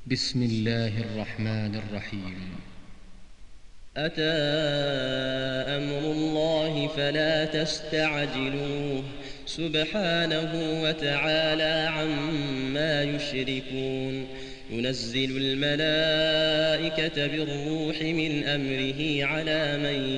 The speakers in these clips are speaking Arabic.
بسم الله الرحمن الرحيم. أتى أمر الله فلا تستعجلوه سبحانه وتعالى عما يشركون. ينزل الملائكة بالروح من أمره على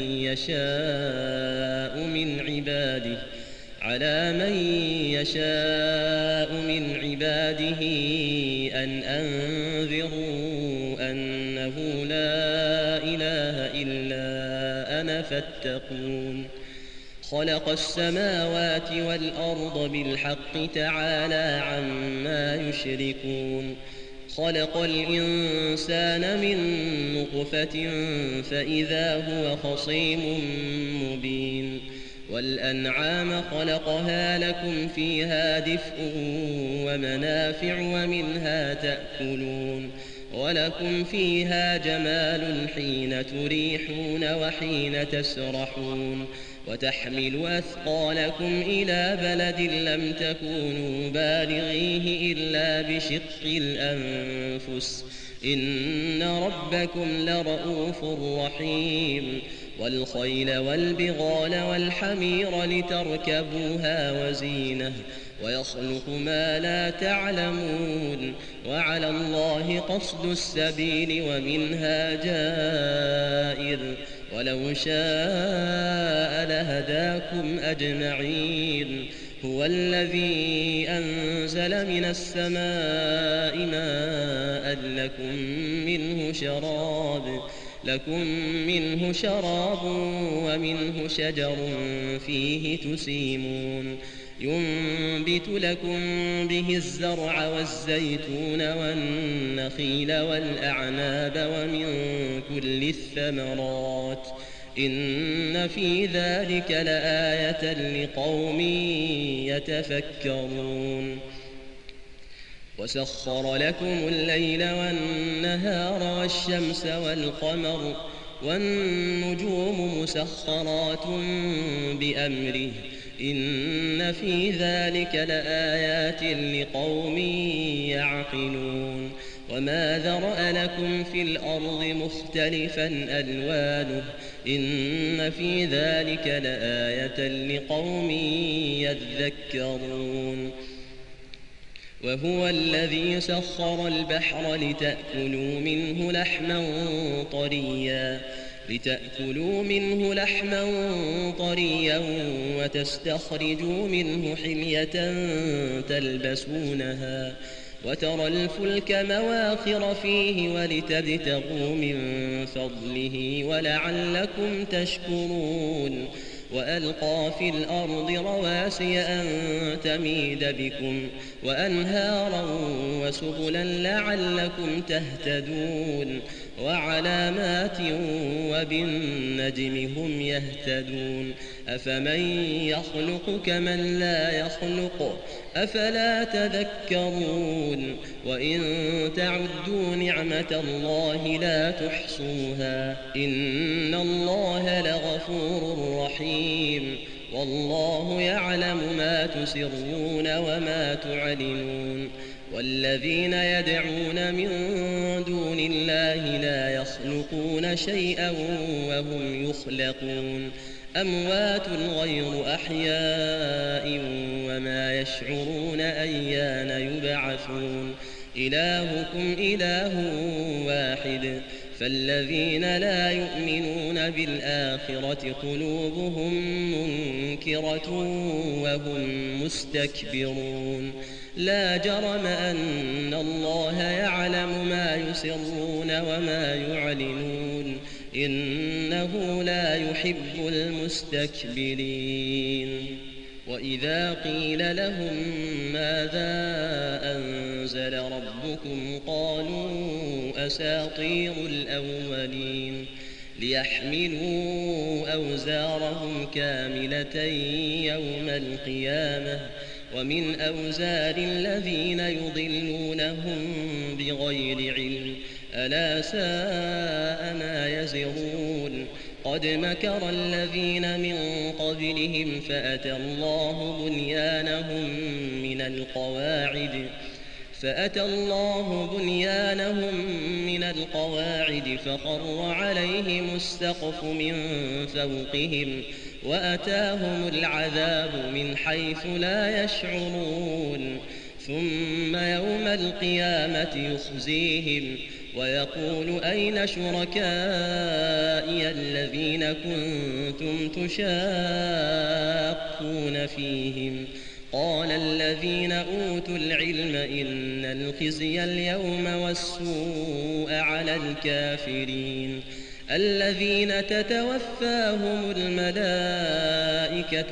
من يشاء من عباده أن أنذروا أنه لا إله إلا أنا فاتقون. خلق السماوات والأرض بالحق تعالى عما يشركون. خلق الإنسان من نطفة فإذا هو خصيم مبين. والأنعام خلقها لكم فيها دفء ومنافع ومنها تأكلون ولكم فيها جمال حين تريحون وحين تسرحون. وتحمل أثقالكم إلى بلد لم تكونوا بالغيه إلا بشق الأنفس إن ربكم لرءوف رحيم. والخيل والبغال والحمير لتركبوها وزينة ويخلق ما لا تعلمون. وعلى الله قصد السبيل ومنها جائر ولو شاء لهداكم أجمعين. هو الذي أنزل من السماء ماء لكم منه شراب ومنه شجر فيه تسيمون. ينبت لكم به الزرع والزيتون والنخيل والأعناب ومن كل الثمرات إن في ذلك لآية لقوم يتفكرون. وسخر لكم الليل والنهار والشمس والقمر والنجوم مسخرات بأمره إن في ذلك لآيات لقوم يعقلون. وما ذرأ لكم في الأرض مختلفا ألوانه إن في ذلك لآية لقوم يذكرون. وهو الذي سخر البحر لتأكلوا منه لحما طريا وتستخرجوا منه حلية تلبسونها وترى الفلك مواخر فيه ولتبتغوا من فضله ولعلكم تشكرون. وألقى في الأرض رواسي أن تميد بكم وأنهارا وسبلا لعلكم تهتدون. وعلامات وبالنجم هم يهتدون. أفمن يخلق كمن لا يخلق أفلا تذكرون. وإن تعدوا نعمة الله لا تحصوها إن الله لغفور رحيم. والله يعلم ما تسرون وما تعلنون. والذين يدعون من دون الله لا يخلقون شيئا وهم يخلقون أموات غير أحياء وما يشعرون أيان يبعثون. إلهكم إله واحد فالذين لا يؤمنون بالآخرة قلوبهم منكرة وهم مستكبرون. لا جرم أن الله يعلم ما يسرون وما يعلنون إنه لا يحب المستكبرين. وإذا قيل لهم ماذا أنزل ربكم قالوا أساطير الأولين ليحملوا أوزارهم كاملة يوم القيامة ومن أوزار الذين يضلونهم بغير علم ألا ساء ما يزرون. قد مكر الذين من قبلهم فأتى الله بنيانهم من القواعد فأتى الله بنيانهم من القواعد فخر عليهم السقف من فوقهم وأتاهم العذاب من حيث لا يشعرون ثم يوم القيامة يخزيهم ويقول أين شركائي الذين كنتم تشاقون فيهم قال الذين أوتوا العلم إن الخزي اليوم والسوء على الكافرين الذين تتوفاهم الملائكة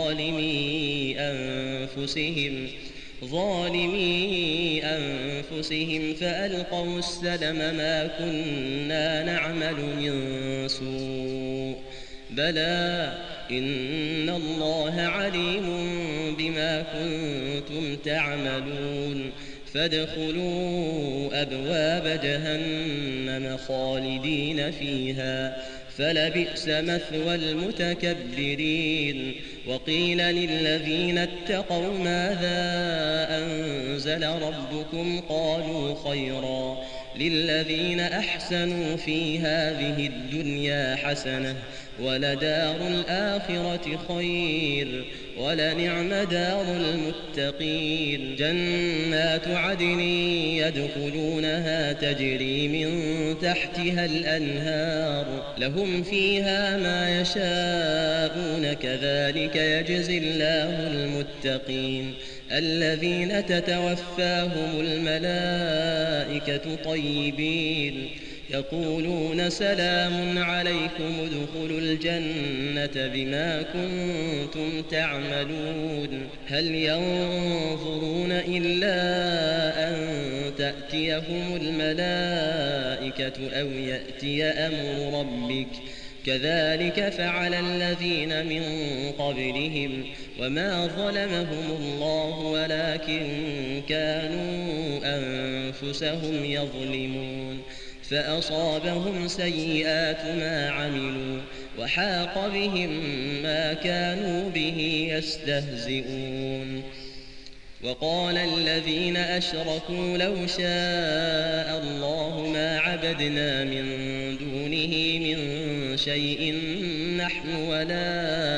ظالمي أنفسهم فألقوا السلم ما كنا نعمل من سوء بلى إن الله عليم بما كنتم تعملون فادخلوا أبواب جهنم خالدين فيها فلبئس مثوى المتكبرين وقيل للذين اتقوا ماذا أنزل ربكم قالوا خيرا للذين أحسنوا في هذه الدنيا حسنة ولدار الآخرة خير ولنعم دار المتقين جنات عدن يدخلونها تجري من تحتها الأنهار لهم فيها ما يشاءون كذلك يجزي الله المتقين الذين تتوفاهم الملائكة طيبين يقولون سلام عليكم ادخلوا الجنة بما كنتم تعملون هل ينظرون إلا أن تأتيهم الملائكة أو يأتي أمر ربك كذلك فعل الذين من قبلهم وما ظلمهم الله ولكن كانوا أنفسهم يظلمون فأصابهم سيئات ما عملوا وحاق بهم ما كانوا به يستهزئون وقال الذين أشركوا لو شاء الله ما عبدنا من دونه من شيء نحن ولا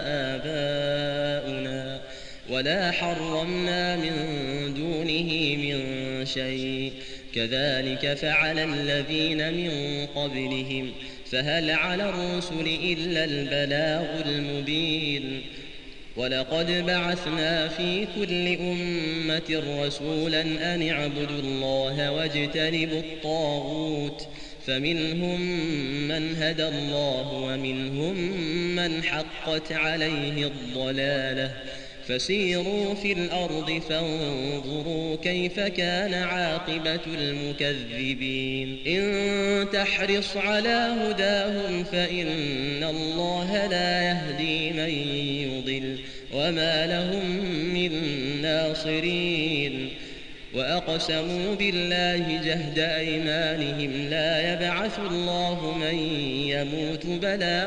آباؤنا ولا حرمنا من دونه من شيء كذلك فعل الذين من قبلهم فهل على الرسل إلا البلاغ المبين ولقد بعثنا في كل أمة رسولا أن اعبدوا الله واجتنبوا الطاغوت فمنهم من هدى الله ومنهم من حقت عليه الضلالة فسيروا في الأرض فانظروا كيف كان عاقبة المكذبين إن تحرص على هداهم فإن الله لا يهدي من يضل وما لهم من ناصرين وأقسموا بالله جهد أيمانهم لا يبعث الله من يموت بلى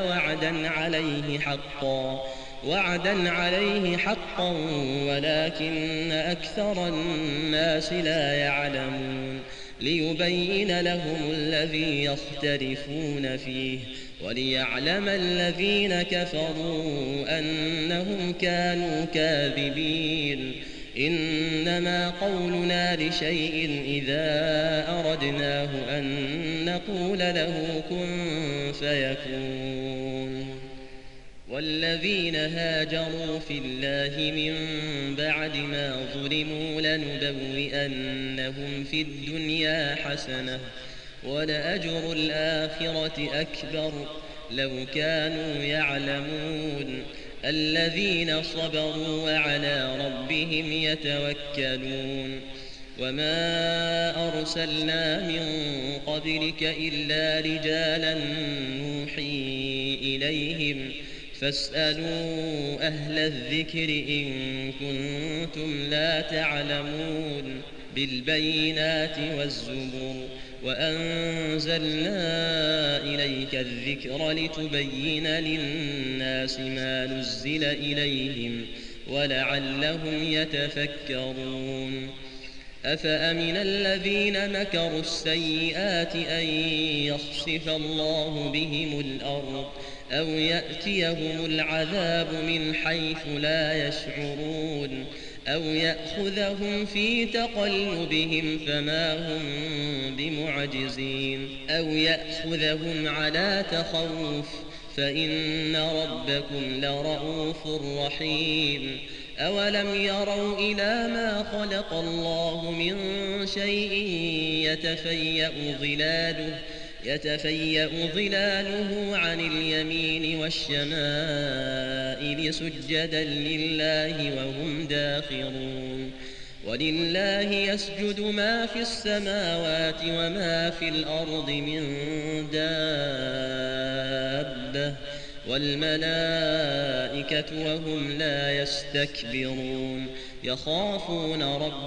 وعدا عليه حقا ولكن أكثر الناس لا يعلمون ليبين لهم الذي يختلفون فيه وليعلم الذين كفروا أنهم كانوا كاذبين إنما قولنا لشيء إذا أردناه أن نقول له كن فيكون والذين هاجروا في الله من بعد ما ظلموا لنبوئنهم في الدنيا حسنة ولأجر الآخرة أكبر لو كانوا يعلمون الذين صبروا وعلى ربهم يتوكلون وما أرسلنا من قبلك إلا رجالا نوحي إليهم فاسألوا أهل الذكر إن كنتم لا تعلمون بالبينات والزبر وأنزلنا إليك الذكر لتبين للناس ما نزل إليهم ولعلهم يتفكرون أفأمن الذين مكروا السيئات أن يخسف الله بهم الأرض أو يأتيهم العذاب من حيث لا يشعرون أو يأخذهم في تقلبهم فما هم بمعجزين أو يأخذهم على تخوف فإن ربكم لرؤوف رحيم أولم يروا إلى ما خلق الله من شيء يتفيأ ظلاله عن اليمين والشمائل سجدا لله وهم داخرون ولله يسجد ما في السماوات وما في الأرض من دابة والملائكة وهم لا يستكبرون يخافون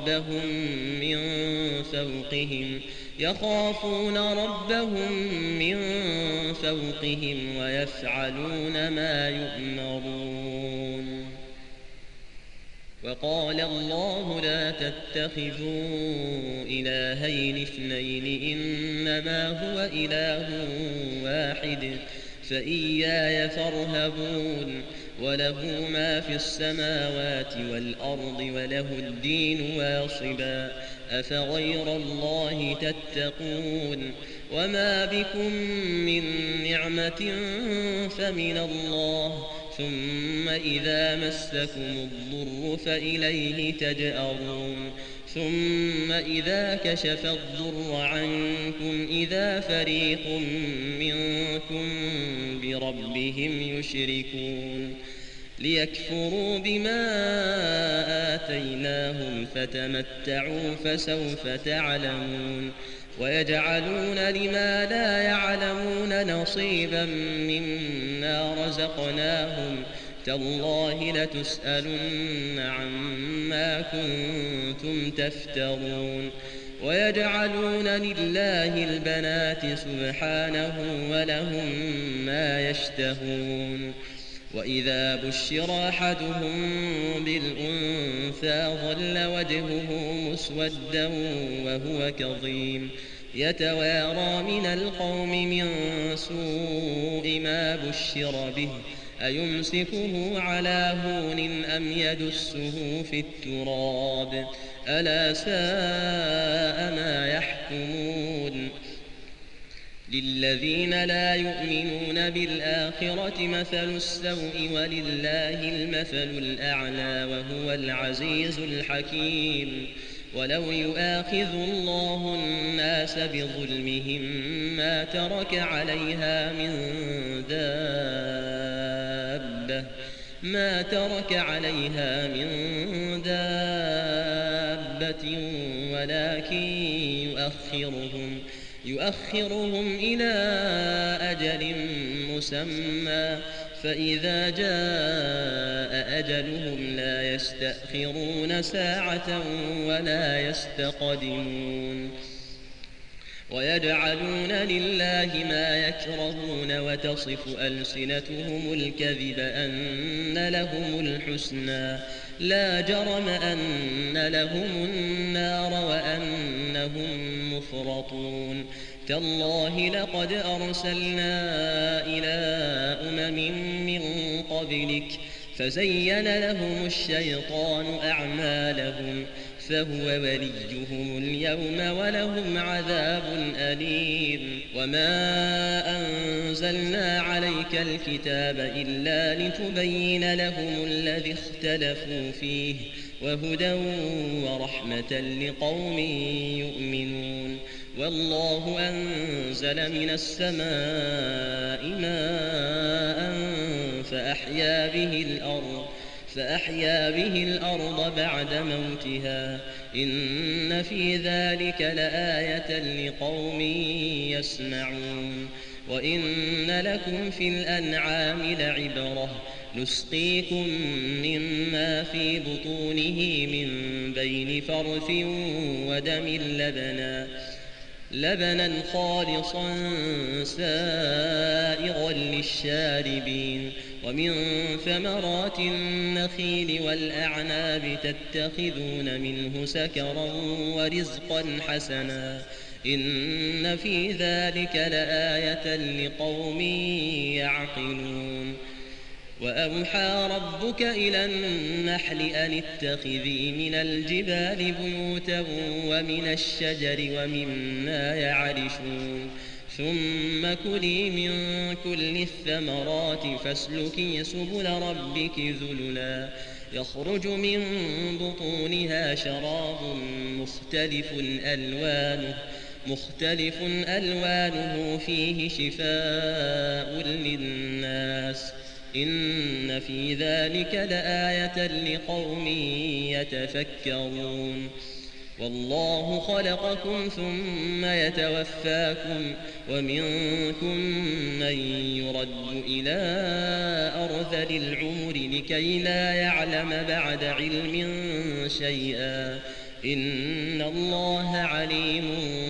ربهم من فوقهم ويفعلون ما يؤمرون وقال الله لا تتخذوا إلهين اثنين إنما هو إله واحد فإياي فارهبون وله ما في السماوات والأرض وله الدين واصبا أفغير الله تتقون وما بكم من نعمة فمن الله ثم إذا مسكم الضر فإليه تجأرون ثم إذا كشف الضر عنكم إذا فريق منكم بربهم يشركون ليكفروا بما آتيناهم فتمتعوا فسوف تعلمون ويجعلون لما لا يعلمون نصيبا مما رزقناهم تالله لتسألن عما كنتم تفترون ويجعلون لله البنات سبحانه ولهم ما يشتهون وإذا بشر أحدهم بالأنثى ظل وجهه مسودا وهو كظيم يتوارى من القوم من سوء ما بشر به أيمسكه على هون أم يدسه في التراب ألا ساء ما يحكمون للذين لا يؤمنون بالآخرة مثل السوء ولله المثل الأعلى وهو العزيز الحكيم ولو يؤاخذ الله الناس بظلمهم ما ترك عليها من دابة ولكن يؤخرهم إلى أجل مسمى فإذا جاء أجلهم لا يستأخرون ساعة ولا يستقدمون ويجعلون لله ما يكرهون وتصف ألسنتهم الكذب أن لهم الحسنى لا جرم أن لهم النار وأنهم مفرطون تالله لقد أرسلنا إلى من قبلك فزين لهم الشيطان أعمالهم فهو وليهم اليوم ولهم عذاب أليم وما أنزلنا عليك الكتاب إلا لتبين لهم الذي اختلفوا فيه وهدى ورحمة لقوم يؤمنون والله أنزل من السماء ماء فأحيا به الأرض بعد موتها إن في ذلك لآية لقوم يسمعون وإن لكم في الأنعام لعبرة نسقيكم مما في بطونه من بين فرث ودم لبنا خالصا سائغا للشاربين ومن ثمرات النخيل والأعناب تتخذون منه سكرا ورزقا حسنا إن في ذلك لآية لقوم يعقلون وأوحى ربك إلى النحل أن اتخذي من الجبال بيوتا ومن الشجر ومما يعرشون ثم كلي من كل الثمرات فاسلكي سبل ربك ذللا يخرج من بطونها شراب مختلف ألوانه فيه شفاء للناس إن في ذلك لآية لقوم يتفكرون والله خلقكم ثم يتوفاكم ومنكم من يرد إلى أرذل العمر لكي لا يعلم بعد علم شيئا إن الله عليم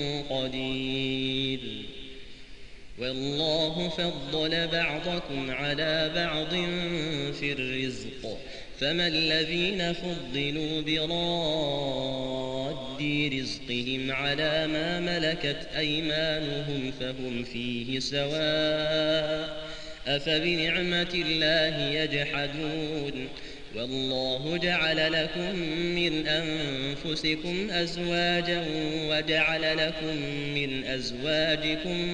قدير والله فضل بعضكم على بعض في الرزق فما الذين فضلوا براد رزقهم على ما ملكت أيمانهم فهم فيه سواء أفبنعمة الله يجحدون والله جعل لكم من أنفسكم أزواجا وجعل لكم من أزواجكم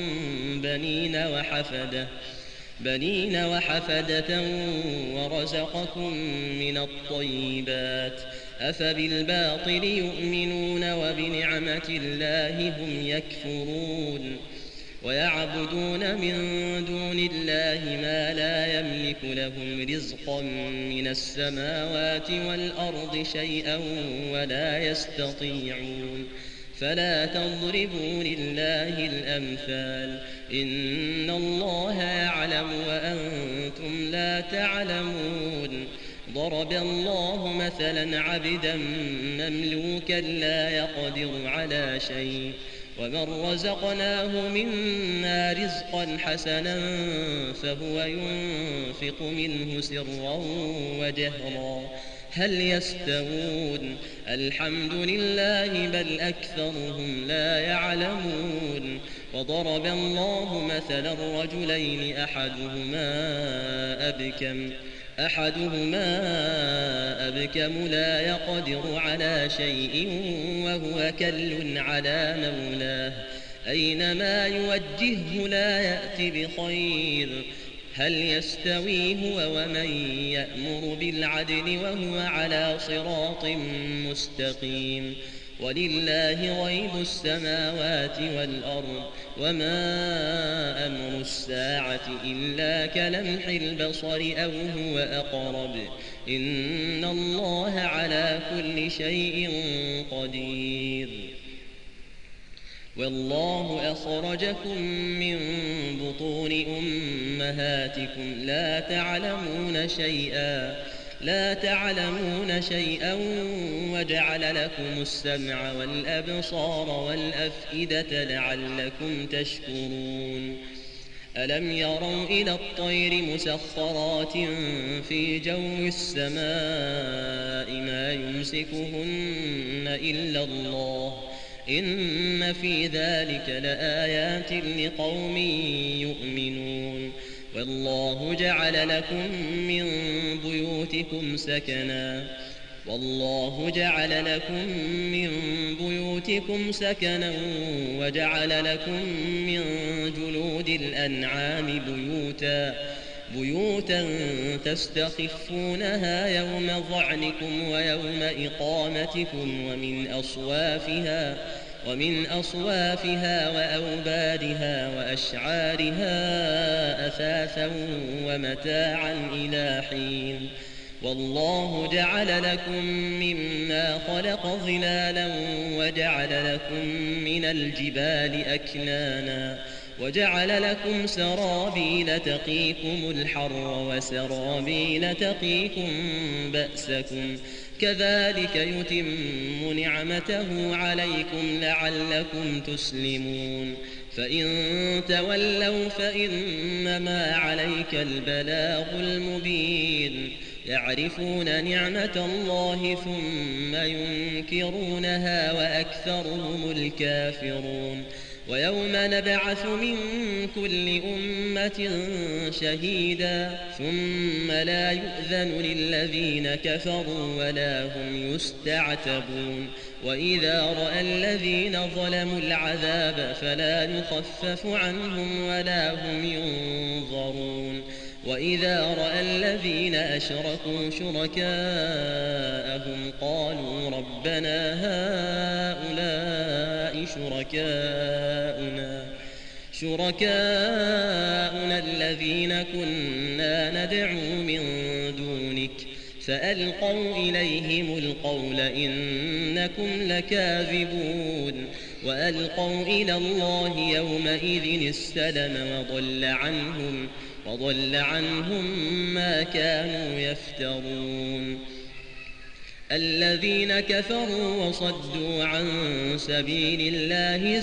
بنين وحفدة ورزقكم من الطيبات أفبالباطل يؤمنون وبنعمة الله هم يكفرون ويعبدون من دون الله ما لا يملك لهم رزقا من السماوات والأرض شيئا ولا يستطيعون فلا تضربوا لله الأمثال إن الله يعلم وأنتم لا تعلمون ضرب الله مثلا عبدا مملوكا لا يقدر على شيء ومن رزقناه منا رزقا حسنا فهو ينفق منه سرا وجهرا هل يستوون الحمد لله بل أكثرهم لا يعلمون وضرب الله مثلا رجلين أحدهما أبكم لا يقدر على شيء وهو كل على مولاه أينما يوجهه لا يأت بخير هل يستوي هو ومن يأمر بالعدل وهو على صراط مستقيم ولله غيب السماوات والأرض وما أمر الساعة إلا كلمح البصر أو هو أقرب إن الله على كل شيء قدير والله أخرجكم من بطون أمهاتكم لا تعلمون شيئا وجعل لكم السمع والأبصار والأفئدة لعلكم تشكرون ألم يروا إلى الطير مسخرات في جو السماء ما يمسكهن إلا الله إن في ذلك لآيات لقوم يؤمنون والله جعل لكم من بيوتكم سكنا وجعل لكم من جلود الأنعام بيوتا تستخفونها يوم ظعنكم ويوم إقامتكم ومن أصوافها وأوبارها وأشعارها أثاثا ومتاعا إلى حين والله جعل لكم مما خلق ظلالا وجعل لكم من الجبال أكنانا وجعل لكم سرابيل تقيكم الحر وسرابيل تقيكم بأسكم كذلك يتم نعمته عليكم لعلكم تسلمون فإن تولوا فإنما عليك البلاغ المبين يعرفون نعمة الله ثم ينكرونها وأكثرهم الكافرون ويوم نبعث من كل أمة شهيدا ثم لا يؤذن للذين كفروا ولا هم يستعتبون وإذا رأى الذين ظلموا العذاب فلا يخفف عنهم ولا هم ينظرون وإذا رأى الذين أشركوا شركاءهم قالوا ربنا هؤلاء شركاؤنا الذين كنا ندعو من دونك فألقوا إليهم القول إنكم لكاذبون وألقوا إلى الله يومئذ السلم وضل عنهم ما كانوا يفترون الذين كفروا وصدوا عن سبيل الله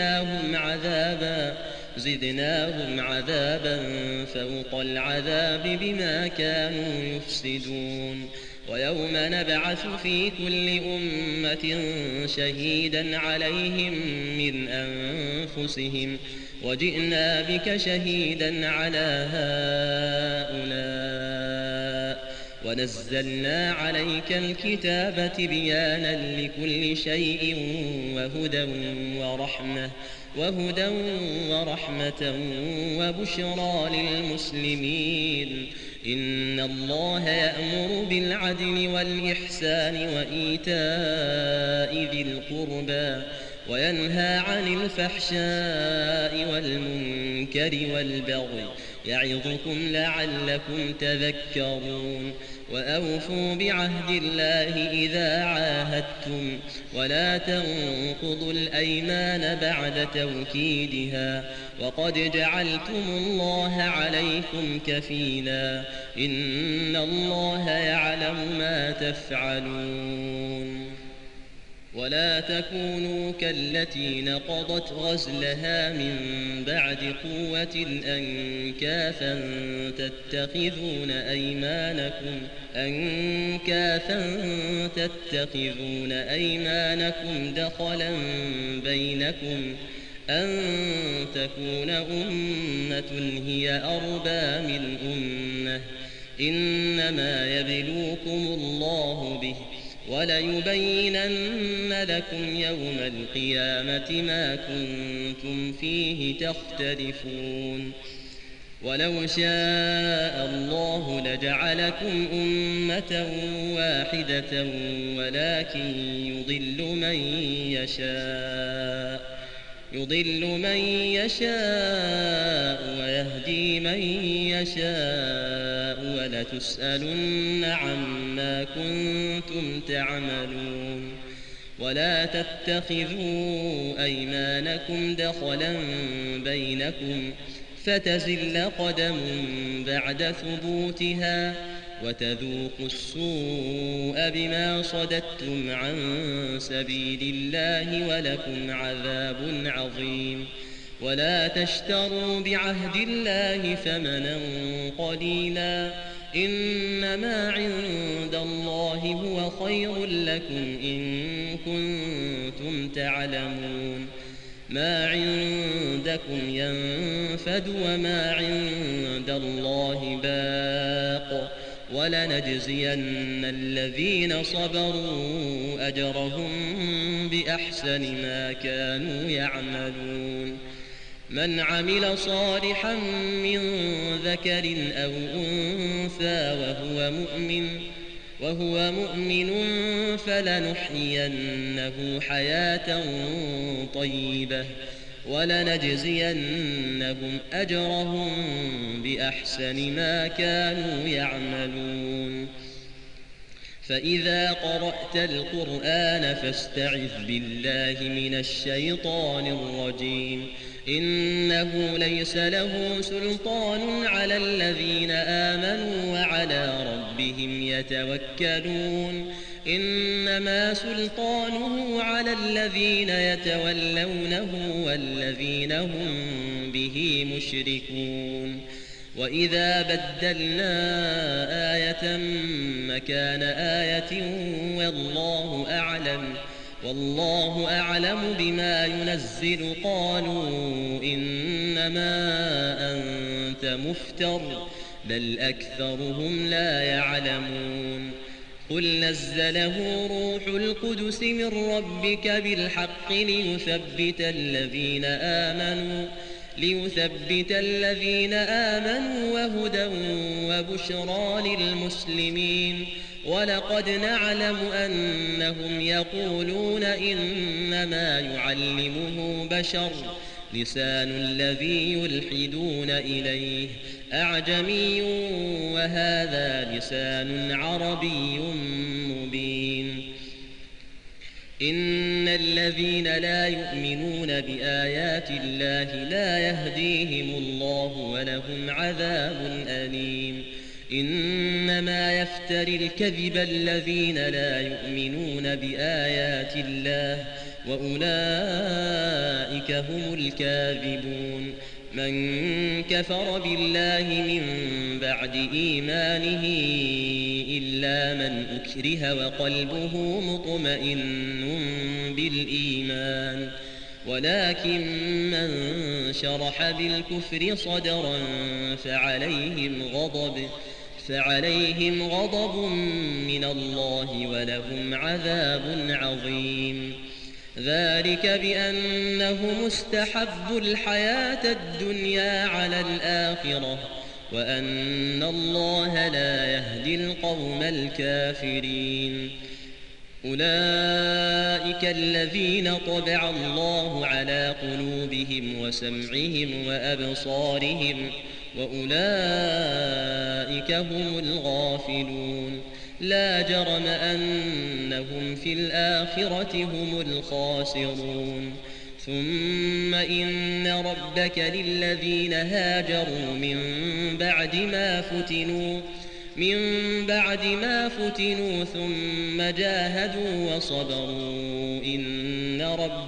زدناهم عذابا فوق العذاب بما كانوا يفسدون ويوم نبعث في كل أمة شهيدا عليهم من أنفسهم وجئنا بك شهيدا على هؤلاء ونزلنا عليك الكتاب بيانا لكل شيء وهدى ورحمة وبشرى للمسلمين إن الله يأمر بالعدل والإحسان وإيتاء ذي القربى وينهى عن الفحشاء والمنكر والبغي يعظكم لعلكم تذكرون وأوفوا بعهد الله إذا عاهدتم ولا تنقضوا الأيمان بعد توكيدها وقد جعلتم الله عليكم كفيلا إن الله يعلم ما تفعلون ولا تكونوا كالتي نقضت غزلها من بعد قوة أنكاثا تتخذون أيمانكم دخلا بينكم أن تكون أمة هي أربى من أمة إنما يبلوكم الله به وليبينن لكم يوم القيامة ما كنتم فيه تختلفون ولو شاء الله لجعلكم أمة واحدة ولكن يضل من يشاء ويهدي من يشاء ولتسألن عما كنتم تعملون ولا تتخذوا أيمانكم دخلا بينكم فتزل قدم بعد ثبوتها وتذوقوا السوء بما صددتم عن سبيل الله ولكم عذاب عظيم ولا تشتروا بعهد الله ثمنا قليلا إنما عند الله هو خير لكم إن كنتم تعلمون ما عندكم ينفد وما عند الله باق ولنجزين الذين صبروا أجرهم بأحسن ما كانوا يعملون من عمل صالحا من ذكر أو أنثى وهو مؤمن فلنحيينه حياة طيبة ولنجزينهم أجرهم بأحسن ما كانوا يعملون فإذا قرأت القرآن فاستعذ بالله من الشيطان الرجيم إنه ليس له سلطان على الذين آمنوا وعلى ربهم يتوكلون إنما سلطانه على الذين يتولونه والذين هم به مشركون. وإذا بدلنا آية مكان آية والله أعلم بما ينزل قالوا إنما أنت مفتر بل أكثرهم لا يعلمون. قل نزله روح القدس من ربك بالحق ليثبت الذين آمنوا وهدى وبشرى للمسلمين. ولقد نعلم أنهم يقولون إنما يعلمه بشر لسان الذي يلحدون إليه أعجمي وهذا لسان عربي مبين. إن الذين لا يؤمنون بآيات الله لا يهديهم الله ولهم عذاب أليم. إنما يفتري الكذب الذين لا يؤمنون بآيات الله وأولئك هم الكاذبون. من كفر بالله من بعد إيمانه إلا من أكره وقلبه مطمئن بالإيمان ولكن من شرح بالكفر صدرا فعليهم غضب من الله ولهم عذاب عظيم. ذلك بأنهم استحبوا الحياة الدنيا على الآخرة وأن الله لا يهدي القوم الكافرين. أولئك الذين طبع الله على قلوبهم وسمعهم وأبصارهم وأولئك هم الغافلون. لا جرم أنهم في الآخرة هم الخاسرون. ثم إن ربك للذين هاجروا من بعد ما فتنوا ثم جاهدوا وصبروا إن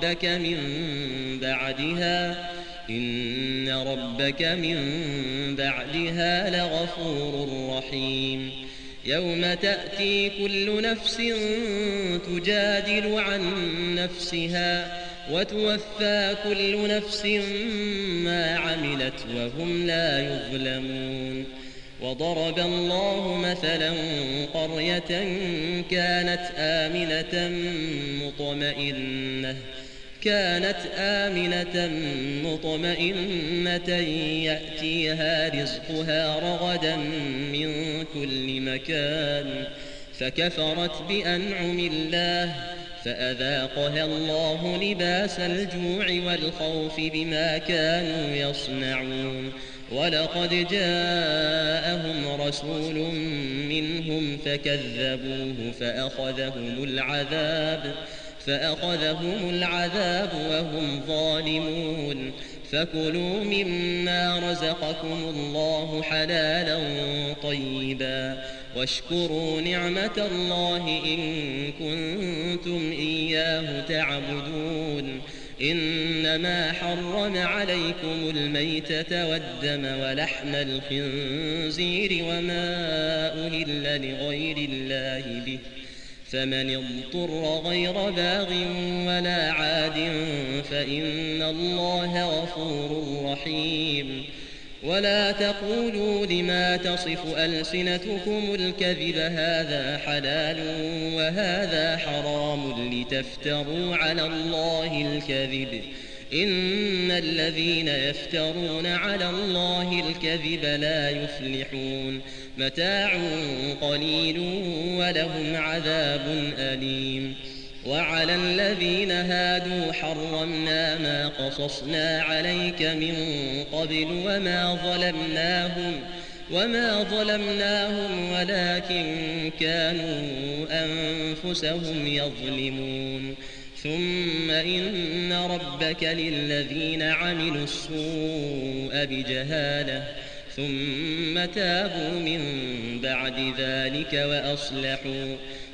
ربك من بعدها لغفور رحيم. يوم تأتي كل نفس تجادل عن نفسها وتوفى كل نفس ما عملت وهم لا يظلمون. وضرب الله مثلا قرية كانت آمنة مطمئنة يأتيها رزقها رغدا من كل مكان فكفرت بأنعم الله فأذاقها الله لباس الجوع والخوف بما كانوا يصنعون. ولقد جاءهم رسول منهم فكذبوه فأخذهم العذاب وهم ظالمون. فكلوا مما رزقكم الله حلالا طيبا واشكروا نعمة الله إن كنتم إياه تعبدون. إنما حرم عليكم الميتة والدم ولحم الخنزير وما أهل لغير الله به فمن اضطر غير باغ ولا عاد فإن الله غفور رحيم. ولا تقولوا لما تصف ألسنتكم الكذب هذا حلال وهذا حرام لتفتروا على الله الكذب إن الذين يفترون على الله الكذب لا يفلحون. متاع قليل ولهم عذاب أليم. وعلى الذين هادوا حرمنا ما قصصنا عليك من قبل وما ظلمناهم ولكن كانوا أنفسهم يظلمون. ثم إن ربك للذين عملوا السوء بجهالة ثم تابوا من بعد ذلك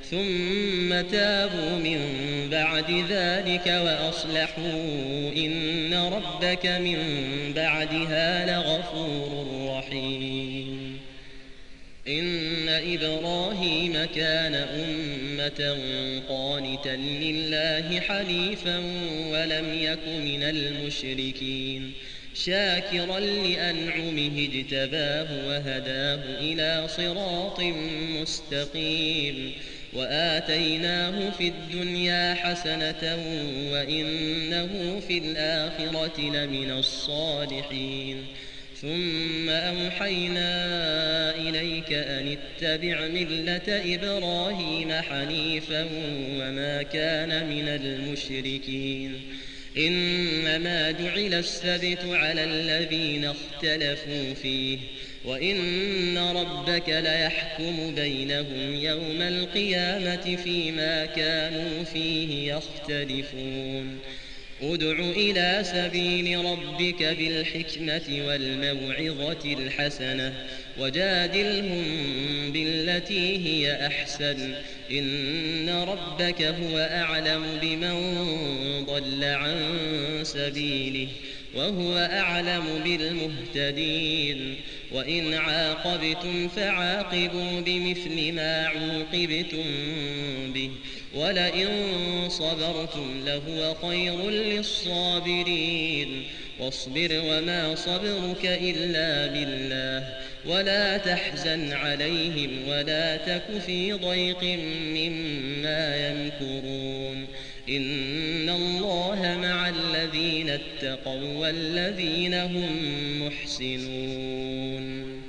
ثم تابوا من بعد ذلك وأصلحوا إن ربك من بعدها لغفور رحيم. إن إبراهيم كان أمة قانتا لله حنيفا ولم يك من المشركين شاكرا لأنعمه اجتباه وهداه إلى صراط مستقيم وآتيناه في الدنيا حسنة وإنه في الآخرة لمن الصالحين. ثم أوحينا إليك أن اتبع ملة إبراهيم حنيفا وما كان من المشركين. إنما جعل السبت على الذين اختلفوا فيه وإن ربك ليحكم بينهم يوم القيامة فيما كانوا فيه يختلفون. ادع إلى سبيل ربك بالحكمة والموعظة الحسنة وجادلهم بالتي هي أحسن إن ربك هو أعلم بمن ضل عن سبيله وهو أعلم بالمهتدين. وإن عاقبتم فعاقبوا بمثل ما عوقبتم به ولئن صبرتم لهو خير للصابرين. واصبر وما صبرك إلا بالله ولا تحزن عليهم ولا تك في ضيق مما يمكرون. إن الله مع الذين اتقوا والذين هم محسنون.